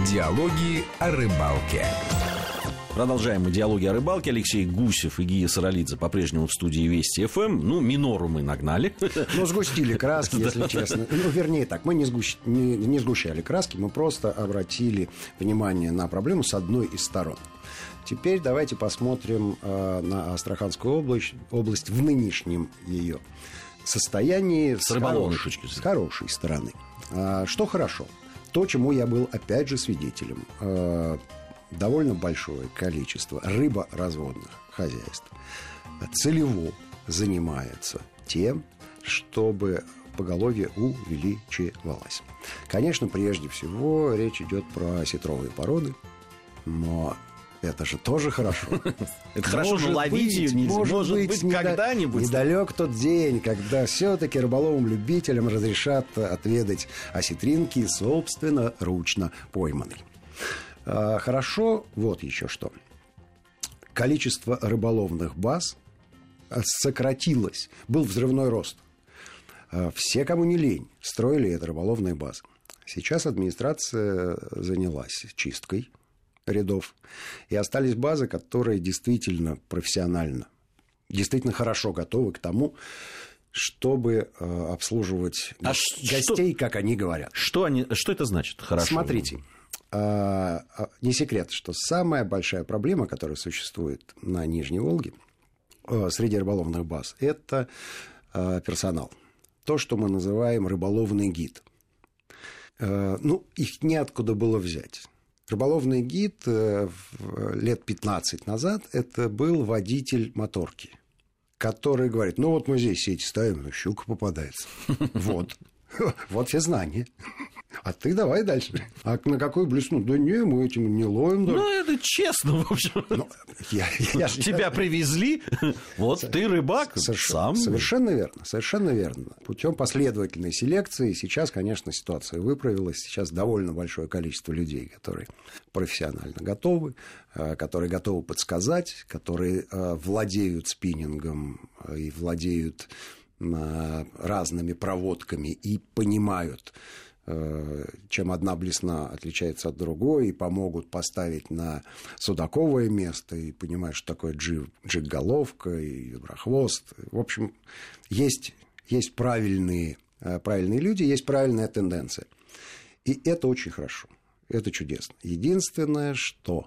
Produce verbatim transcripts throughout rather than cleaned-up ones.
Диалоги о рыбалке. Продолжаем диалоги о рыбалке. Алексей Гусев и Гия Саралидзе по-прежнему в студии Вести эф эм. Ну, минору мы нагнали. Ну, сгустили краски, если честно. Ну, вернее так, мы не, сгущ... не, не сгущали краски, мы просто обратили внимание на проблему с одной из сторон. Теперь давайте посмотрим э, на Астраханскую область, область в нынешнем ее состоянии с, хорошей, с хорошей стороны. А, что хорошо? То, чему я был опять же свидетелем. Э, довольно большое количество рыборазводных хозяйств целево занимается тем, чтобы поголовье увеличивалось. Конечно, прежде всего речь идет про осетровые породы, но это же тоже хорошо. Это хорошо, но ловить ее нельзя. Может быть, когда-нибудь. Недалек тот день, когда все-таки рыболовам-любителям разрешат отведать осетринки собственноручно пойманной. Хорошо, вот еще что. Количество рыболовных баз сократилось. Был взрывной рост. Все, кому не лень, строили это рыболовные базы. Сейчас администрация занялась чисткой рядов. И остались базы, которые действительно профессионально, действительно хорошо готовы к тому, чтобы обслуживать а гостей, что, как они говорят. Что, они, что это значит? Хорошо. Смотрите. Не секрет, что самая большая проблема, которая существует на Нижней Волге среди рыболовных баз, это персонал. То, что мы называем рыболовный гид. Ну, их неоткуда было взять. Рыболовный гид лет пятнадцать назад это был водитель моторки, который говорит, ну вот мы здесь сети ставим, ну щука попадается. Вот. Вот все знания. А ты давай дальше. А на какой блесну? Да не, мы этим не ловим. Ну, это честно, в общем. Ну, я, я, Тебя я... привезли, вот ты рыбак совершенно, сам. Совершенно верно, совершенно верно. Путем последовательной селекции сейчас, конечно, ситуация выправилась. Сейчас довольно большое количество людей, которые профессионально готовы, которые готовы подсказать, которые владеют спиннингом и владеют разными проводками и понимают, чем одна блесна отличается от другой, и помогут поставить на судаковое место, и понимают, что такое джиг, джиг-головка и виброхвост. В общем, есть, есть правильные, правильные люди, есть правильная тенденция. И это очень хорошо, это чудесно. Единственное, что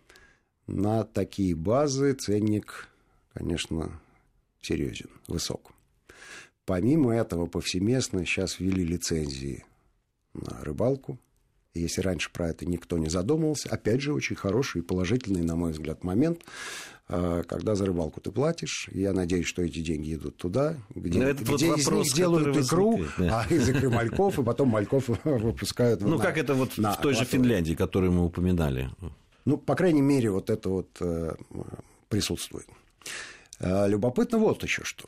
на такие базы ценник, конечно, серьезен, высок. Помимо этого, повсеместно сейчас ввели лицензии на рыбалку. И если раньше про это никто не задумывался, опять же, очень хороший и положительный, на мой взгляд, момент, когда за рыбалку ты платишь. И я надеюсь, что эти деньги идут туда, где, где вот из вопрос, них делают икру, да. А из икры мальков, и потом мальков выпускают. Ну, на, как это вот в той же Финляндии, которую мы упоминали. Ну, по крайней мере, вот это вот присутствует. Любопытно вот еще что.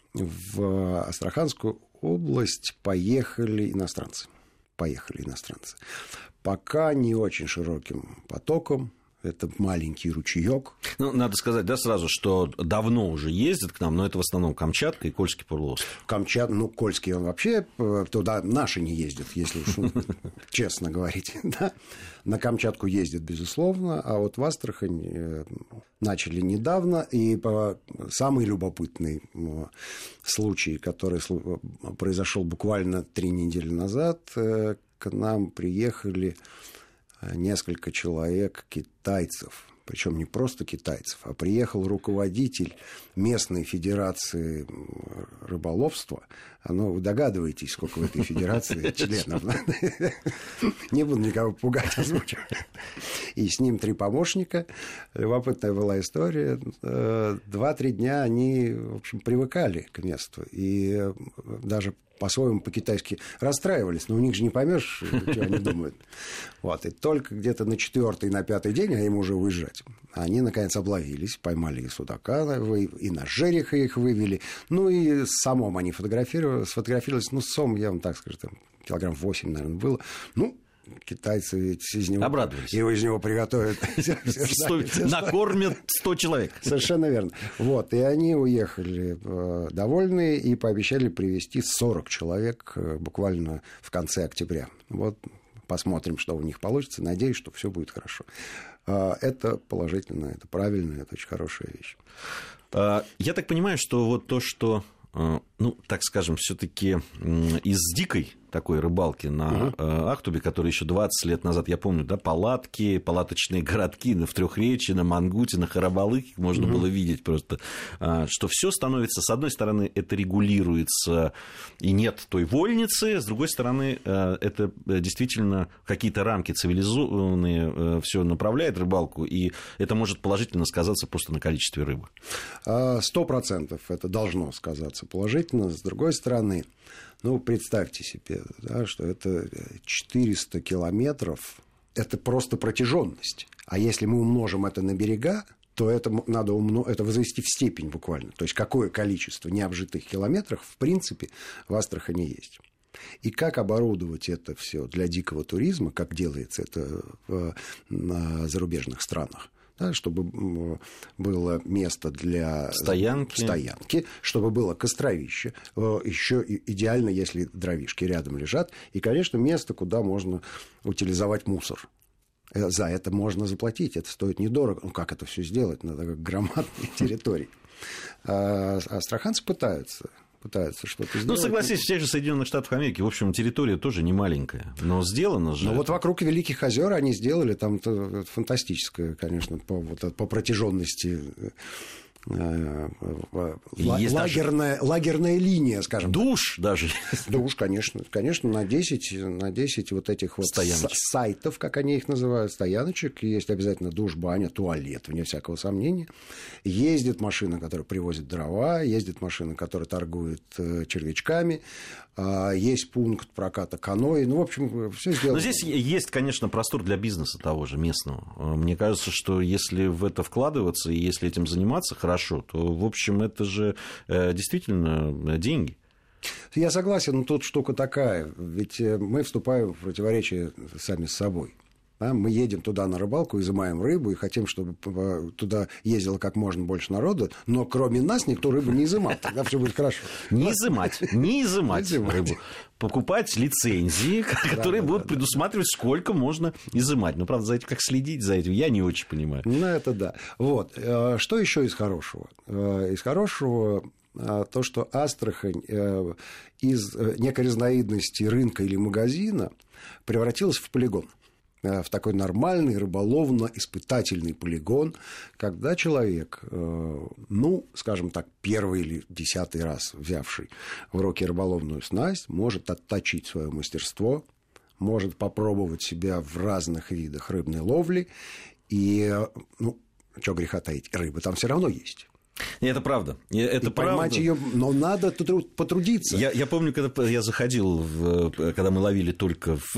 В Астраханскую область поехали иностранцы. Поехали иностранцы. Пока не очень широким потоком. Это маленький ручеек. Ну, надо сказать, да, сразу, что давно уже ездят к нам, но это в основном Камчатка и Кольский полуостров. Камчатка, ну, Кольский, он вообще туда наши не ездят, если уж честно говорить. Да? На Камчатку ездят, безусловно, а вот в Астрахань начали недавно. И самый любопытный случай, который произошел буквально три недели назад, к нам приехали несколько человек китайцев, причем не просто китайцев, а приехал руководитель местной федерации рыболовства. Ну, вы догадываетесь, сколько в этой федерации членов. Не буду никого пугать, озвучивать. И с ним три помощника. Любопытная была история. Два-три дня они, в общем, привыкали к месту. И даже по-своему по-китайски расстраивались, но у них же не поймешь, что они думают. Вот. И только где-то на четвертый, на пятый день, а им уже уезжать, они, наконец, обловились, поймали и судака, и на жереха их вывели. Ну, и с самом они фотографировались, сфотографировались, ну, сом, я вам так скажу, там, килограмм восемь, наверное, было. Ну, китайцы ведь из него... Обрадовались. Его из него приготовят. Накормят сто человек. Совершенно верно. Вот. И они уехали довольные и пообещали привезти сорок человек буквально в конце октября. Вот посмотрим, что у них получится. Надеюсь, что все будет хорошо. Это положительно, это правильно, это очень хорошая вещь. Я так понимаю, что вот то, что, ну, так скажем, все-таки из дикой такой рыбалки на угу. Ахтубе, который еще двадцать лет назад, я помню, да, палатки, палаточные городки в Трехречье, на Мангуте, на Харабалыке можно угу. было видеть просто, что все становится, с одной стороны, это регулируется, и нет той вольницы, с другой стороны, это действительно какие-то рамки цивилизованные все направляет рыбалку, и это может положительно сказаться просто на количестве рыбы. Сто процентов это должно сказаться положительно, с другой стороны, ну, представьте себе, да, что это четыреста километров, это просто протяженность. А если мы умножим это на берега, то это надо умно... это возвести в степень буквально. То есть, какое количество необжитых километров, в принципе, в Астрахани есть. И как оборудовать это все для дикого туризма, как делается это в... на зарубежных странах. Да, чтобы было место для стоянки. стоянки, чтобы было костровище, еще идеально, если дровишки рядом лежат, и, конечно, место, куда можно утилизовать мусор. За это можно заплатить, это стоит недорого. Ну, как это все сделать на такой громадной территории? А астраханцы пытаются. пытаются что-то сделать. Ну, согласись, в тех же Соединенных Штатах Америки, в общем, территория тоже не маленькая, но сделано же. Ну, вот вокруг Великих озер они сделали, там фантастическое, конечно, по, вот, по протяженности лагерная, даже... лагерная линия, скажем. Душ даже. Душ, конечно. Конечно, на десять, на десять вот этих вот сайтов, как они их называют, стояночек. Есть обязательно душ, баня, туалет, вне всякого сомнения. Ездит машина, которая привозит дрова, ездит машина, которая торгует червячками. Есть пункт проката каноэ. Ну, в общем, все сделано. Но здесь есть, конечно, простор для бизнеса того же местного. Мне кажется, что если в это вкладываться и если этим заниматься хорошо, то, в общем, это же действительно деньги. Я согласен, но тут штука такая. Ведь мы вступаем в противоречие сами с собой. Да, мы едем туда на рыбалку, изымаем рыбу и хотим, чтобы туда ездило как можно больше народу, но кроме нас никто рыбу не изымал, тогда все будет хорошо. Не изымать, не изымать рыбу. Покупать лицензии, которые будут предусматривать, сколько можно изымать. Но, правда, за этим, как следить за этим, я не очень понимаю. Ну, это да. Вот. Что еще из хорошего? Из хорошего то, что Астрахань из некой разновидности рынка или магазина превратилась в полигон. В такой нормальный рыболовно-испытательный полигон, когда человек, ну, скажем так, первый или десятый раз взявший в руки рыболовную снасть, может отточить свое мастерство, может попробовать себя в разных видах рыбной ловли, и, ну, что греха таить, рыба там все равно есть. Это правда. Это и поймать ее, но надо потрудиться. Я, я помню, когда я заходил, в, когда мы ловили только в,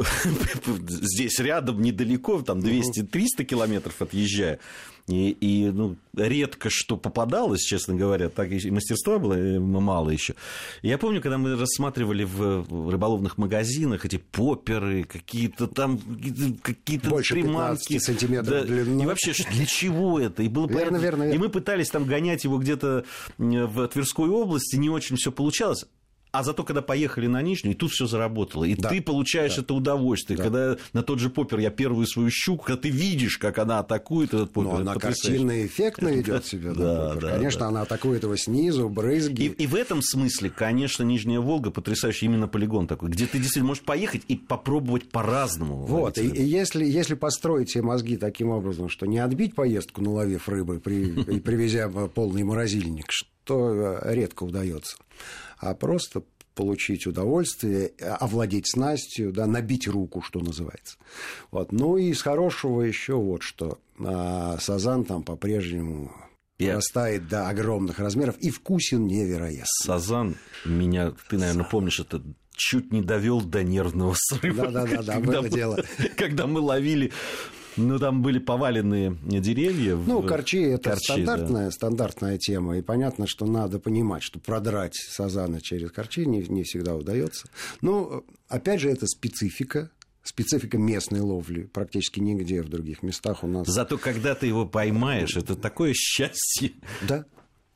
здесь рядом, недалеко, там двести-триста километров отъезжая, и, и ну, редко что попадалось, честно говоря, так и мастерства было мало еще. Я помню, когда мы рассматривали в рыболовных магазинах эти попперы, какие-то там какие-то больше приманки. пятнадцать сантиметров да, длину. И вообще, для чего это? И, было верно, верно, верно. И мы пытались там гонять его где-то в Тверской области, не очень все получалось. А зато, когда поехали на Нижнюю, и тут все заработало. И да, ты получаешь да. это удовольствие. Да. Когда на тот же поппер я первую свою щуку, когда ты видишь, как она атакует этот поппер. Но она картинно эффектно ведет себя. Да, да, конечно, да. она атакует его снизу, брызги. И, и в этом смысле, конечно, Нижняя Волга потрясающий именно полигон такой, где ты действительно можешь поехать и попробовать по-разному. Вот, и, и если, если построить себе мозги таким образом, что не отбить поездку, наловив рыбы при, и привезя полный морозильник, что редко удается, а просто получить удовольствие, овладеть снастью, да, набить руку, что называется. Вот. Ну и из хорошего еще вот что. А, сазан там по-прежнему Я... растает до огромных размеров и вкусен невероятно. Сазан меня, ты, наверное, помнишь, это чуть не довел до нервного срыва. Да-да-да, было дело. Когда мы ловили... Ну, там были поваленные деревья. Ну, корчи – это корчи, стандартная, да. стандартная тема. И понятно, что надо понимать, что продрать сазана через корчи не, не всегда удается. Но, опять же, это специфика. Специфика местной ловли. Практически нигде в других местах у нас... Зато, когда ты его поймаешь, это такое счастье. Да.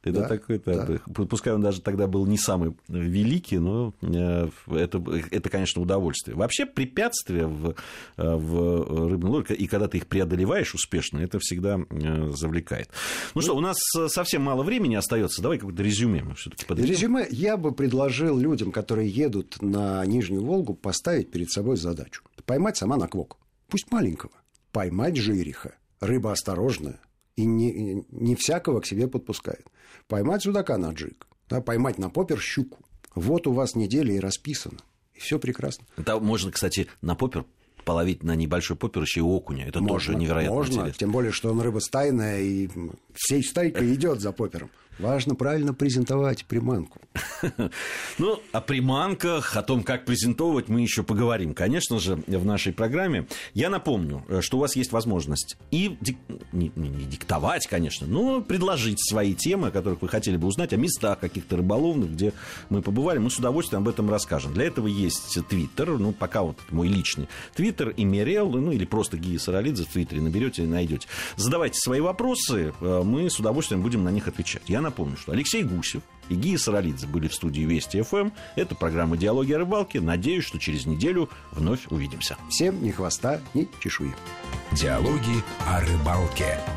Это да, такой, да. Пускай он даже тогда был не самый великий, но это, это конечно, удовольствие. Вообще препятствия в, в рыбной ловле, и когда ты их преодолеваешь успешно, это всегда завлекает. Ну, ну что, у нас совсем мало времени остается. Давай какое-то резюме мы все-таки подведем. Резюме я бы предложил людям, которые едут на Нижнюю Волгу, поставить перед собой задачу. Поймать саман-аквок. Пусть маленького. Поймать жириха. Рыба осторожная. И не, не всякого к себе подпускает. Поймать судака на джиг. Да, поймать на поппер щуку. Вот у вас неделя и расписано. И все прекрасно. Да, можно, кстати, на поппер половить на небольшой поппер еще и окуня. Это можно, тоже невероятно можно, интересно. Тем более, что он рыба стайная, и всей стайкой идет за поппером. Важно правильно презентовать приманку. Ну, о приманках, о том, как презентовывать, мы еще поговорим, конечно же, в нашей программе. Я напомню, что у вас есть возможность и дик... не, не, не диктовать, конечно, но предложить свои темы, о которых вы хотели бы узнать, о местах каких-то рыболовных, где мы побывали. Мы с удовольствием об этом расскажем. Для этого есть Твиттер, ну, пока вот мой личный Твиттер, Имерел, ну, или просто Гия Саралидзе в Твиттере наберете и найдете. Задавайте свои вопросы, мы с удовольствием будем на них отвечать. Я напомню, что Алексей Гусев и Гия Саралидзе были в студии Вести эф эм. Это программа «Диалоги о рыбалке». Надеюсь, что через неделю вновь увидимся. Всем ни хвоста, ни чешуи. Диалоги о рыбалке.